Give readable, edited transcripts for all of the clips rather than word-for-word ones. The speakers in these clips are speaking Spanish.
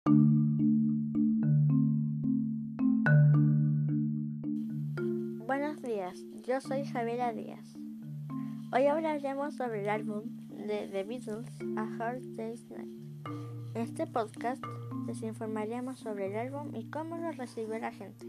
Buenos días, yo soy Javiera Díaz. Hoy hablaremos sobre el álbum de The Beatles, A Hard Day's Night. En este podcast les informaremos sobre el álbum y cómo lo recibió la gente.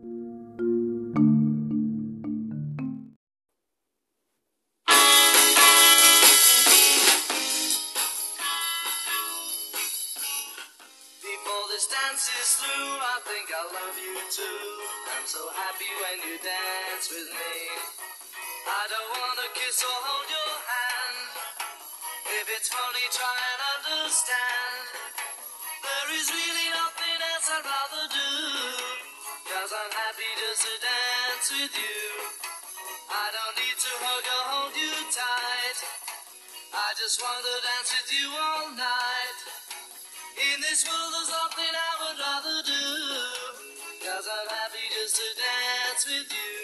Before this dance is through, I think I love you too. I'm so happy when you dance with me. I don't wanna kiss or hold your hand. If it's funny, try and understand. There is really nothing else I'd rather do, 'cause I'm happy just to dance with you. I don't need to hug or hold you tight. I just want to dance with you all night. In this world there's nothing I would rather do, 'cause I'm happy just to dance with you.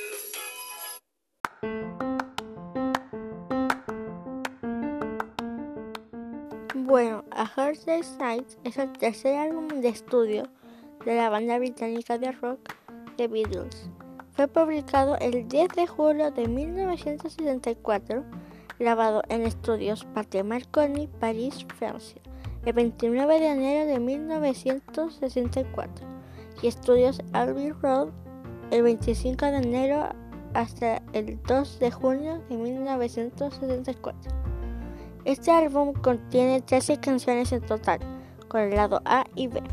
Bueno, A Hard Day's Night es el tercer álbum de estudio de la banda británica de rock The Beatles. Fue publicado el 10 de julio de 1974, grabado en estudios Pathé Marconi, París, Francia, el 29 de enero de 1964, y estudios Abbey Road el 25 de enero hasta el 2 de junio de 1974. Este álbum contiene 13 canciones en total, con el lado A y B.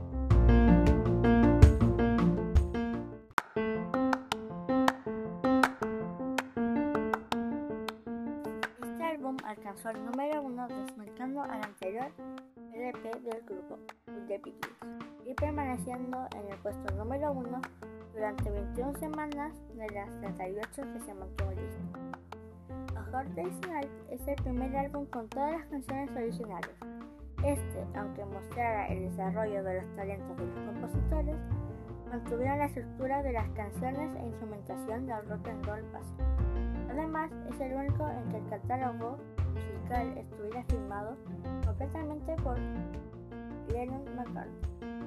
Este álbum alcanzó el número 1 desmarcando al anterior LP del grupo, The Beatles, y permaneciendo en el puesto número 1 durante 21 semanas de las 38 que se mantuvo listo. A Hard Day's Night es el primer álbum con todas las canciones originales. Aunque mostrara el desarrollo de los talentos de los compositores, mantuvieron la estructura de las canciones e instrumentación del rock and roll básico. Además, es el único en que el catálogo musical estuviera firmado completamente por Lennon-McCartney.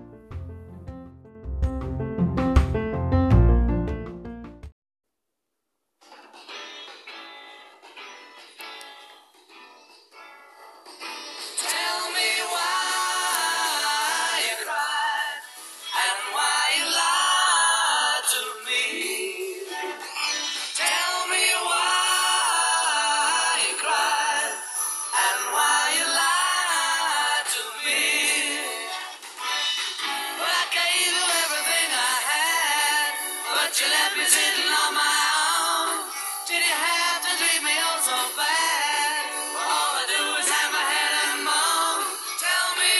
You left me sitting on my own. Did you have to treat me oh so bad? All I do is hang my head and moan. Tell me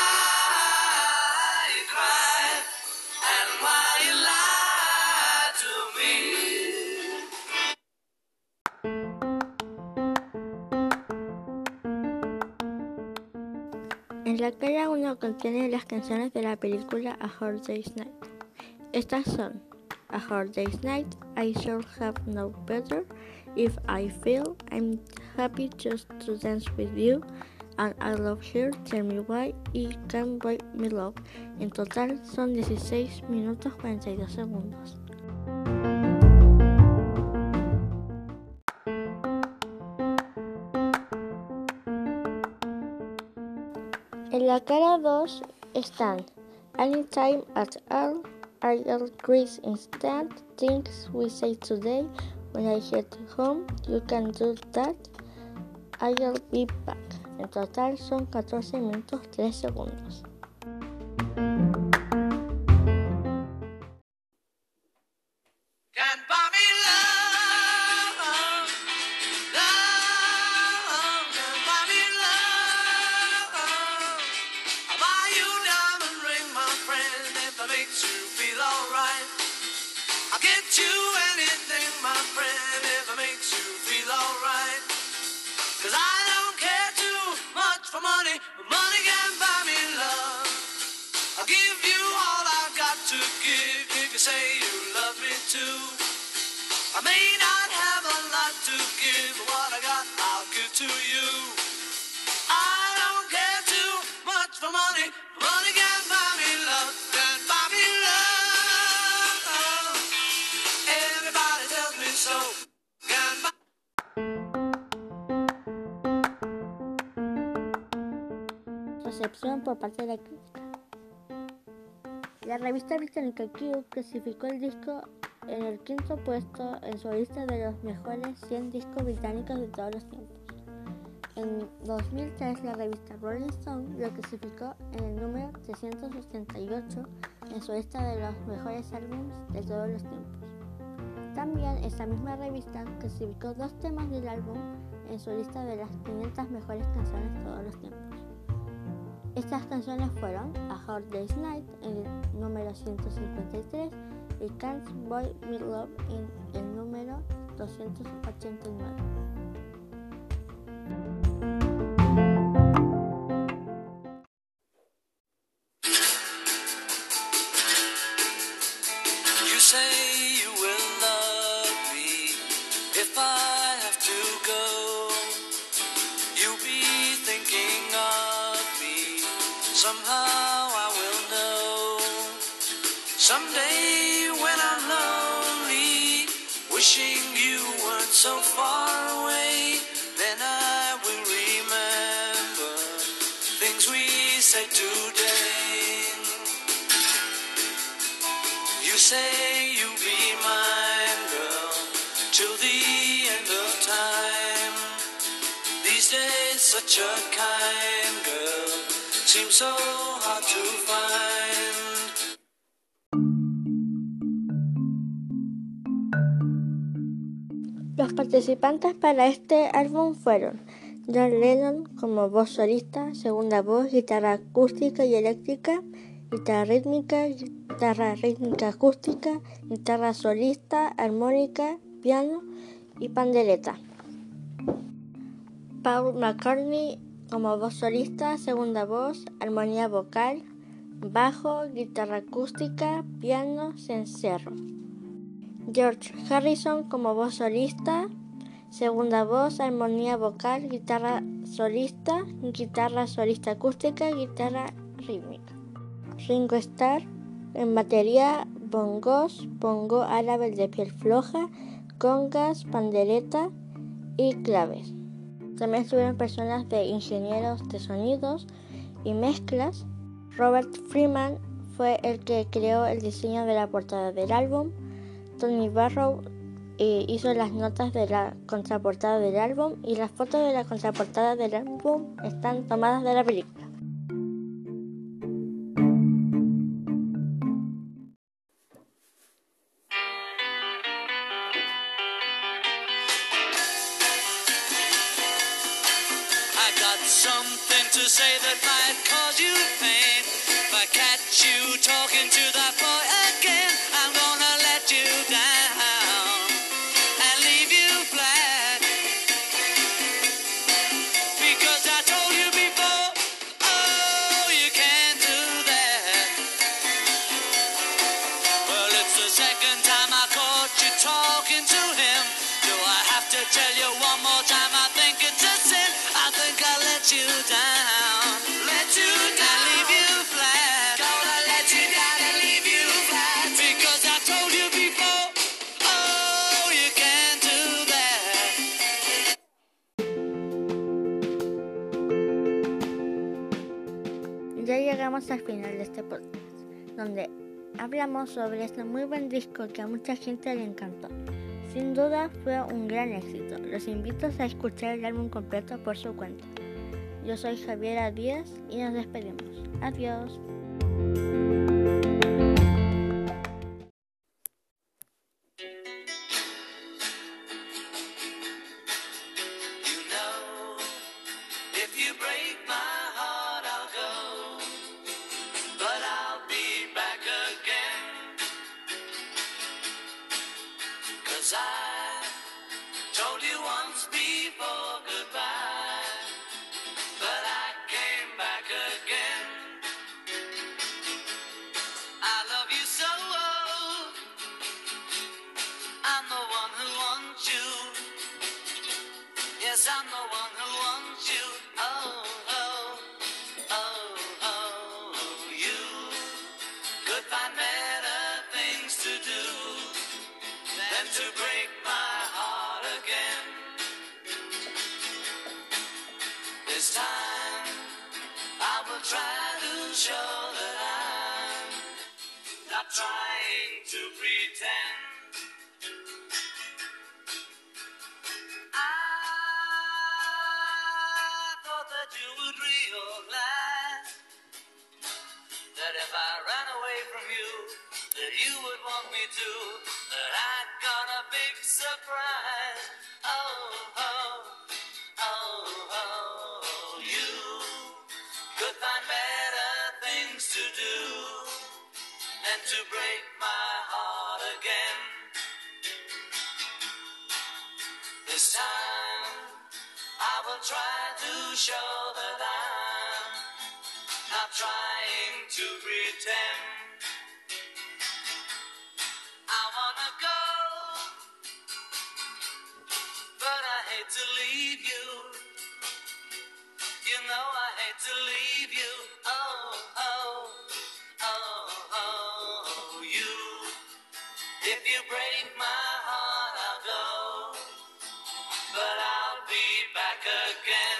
why you cried and why you lied to me. En la cara 1 contiene las canciones de la película A Hard Day's Night. Estas son A Hard Day's Night, I Should Have Known Better, If I Feel, I'm Happy Just to Dance With You, and I Love Her, Tell Me Why y Can't Buy Me Love. En total son 16 minutos 42 segundos. En la cara 2 están Anytime at All, I'll Grease Instant, Things We Say Today, When I Get Home, You Can Do That, I'll Be Back. En total son 14 minutos 3 segundos. Can't buy me love, love, can't buy me love. I'll buy you a diamond ring, my friend, if it makes you feel alright. I'll get you anything, my friend, if it makes you feel alright. 'Cause I don't care too much for money, but money can't buy me love. I'll give you all I've got to give if you say you love me too. I may not have a lot to give, but what I got I'll give to you. I don't care too much for money. Money can't buy me love. Can't buy me love. Everybody tells me so. Can't buy. Recepción por parte de la crítica. La revista británica Q clasificó el disco en el 5º puesto en su lista de los mejores 100 discos británicos de todos los tiempos. En 2003, la revista Rolling Stone lo clasificó en el número 388 en su lista de los mejores álbumes de todos los tiempos. También esta misma revista clasificó 2 temas del álbum en su lista de las 500 mejores canciones de todos los tiempos. Estas canciones fueron A Hard Day's Night en el número 153 y Can't Buy Me Love en el número 289. You say you will love me if I have to go. You'll be thinking of me. Somehow I will know. Someday when I'm lonely, wishing you weren't so far away, then I will remember things we said today. You say you'll be mine, girl, till the end of time. These days such a kind girl seems so hard to find. Los participantes para este álbum fueron John Lennon como voz solista, segunda voz, guitarra acústica y eléctrica, guitarra rítmica acústica, guitarra solista, armónica, piano y pandereta. Paul McCartney como voz solista, segunda voz, armonía vocal, bajo, guitarra acústica, piano, cencerro. George Harrison como voz solista, segunda voz, armonía vocal, guitarra solista acústica, guitarra rítmica. Ringo Starr en batería, bongos, bongo árabe de piel floja, congas, pandereta y claves. También estuvieron personas de ingenieros de sonidos y mezclas. Robert Freeman fue el que creó el diseño de la portada del álbum. Tony Barrow hizo las notas de la contraportada del álbum y las fotos de la contraportada del álbum están tomadas de la película. I got something to say that might cause you pain. If I catch you talking to that boy again, I'm gonna let you down and leave you flat. Because I told you before, oh, you can't do that. Well, it's the second time I caught you talking to him. Do I have to tell you one more time? I think it's a sin. I think I let you down, and leave you flat. Gonna let you down and leave you flat. Because I told you before, oh, you can't do that. Ya llegamos al final de este podcast, donde hablamos sobre este muy buen disco que a mucha gente le encantó. Sin duda fue un gran éxito. Los invito a escuchar el álbum completo por su cuenta. Yo soy Javiera Díaz y nos despedimos. Adiós. You know, if you break my heart, I'll go, but I'll be back again. 'Cause I told you once before goodbye, but I came back again. to pretend. I thought that you would realize that if I ran away from you, that you would want me to, that I got a big surprise. Oh, oh, oh, oh, you could find better things to do than to break my heart again. This time I will try to show that I'm not trying to pretend. I wanna go, but I hate to leave you. You know I hate to leave you. Oh, oh, oh, oh, you. If you break my heart, I'll go, but I'll be back again.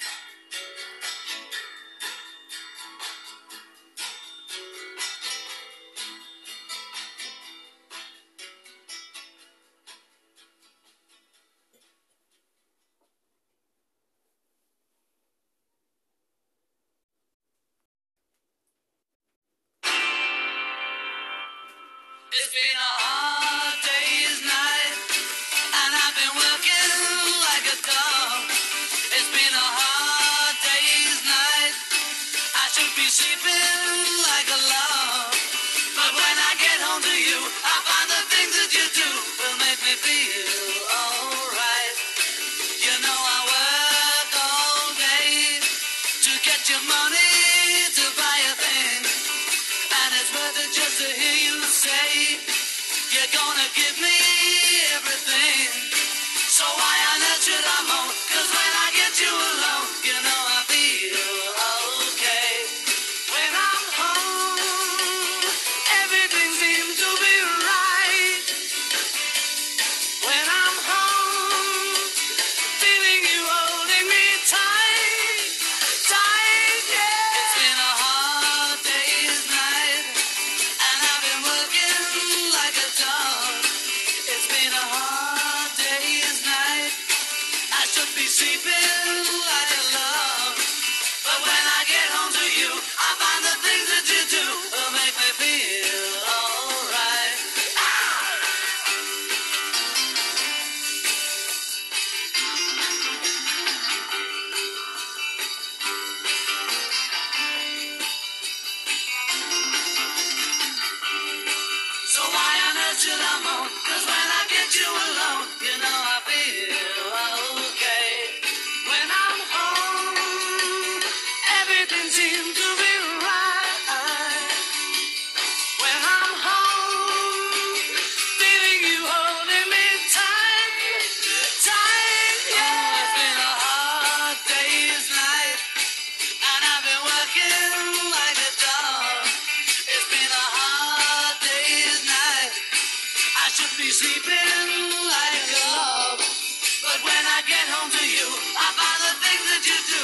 It's been a hard day's night, and I've been working like a dog. It's been a hard day's night, I should be sleeping like a log. But when I get home to you, I find the things that you do will make me feel alright. You know I work all day to get your money to buy a thing, and it's worth it just to hear you say you're gonna give me everything. So why on earth should I moan? 'Cause when I get you alone, you know I feel okay. When I'm home, everything seems to be right. When I'm home, feeling you holding me tight, tight, yeah. It's been a hard day's night, and I've been working like a dog. It's been a hard day's night, I should be sleeping like a log. But when I get home to you, I find the things that you do will make me feel alright. So why on earth should I moan? 'Cause when I get you alone, you know I feel okay. When I'm home, everything seems to be right. When I'm home, feeling you holding me tight, tight, yeah. It's been a hard day's night, and I've been working like a dog. It's been a hard day's night, I should be sleeping like a log. But when I get home to you, I find the things that you do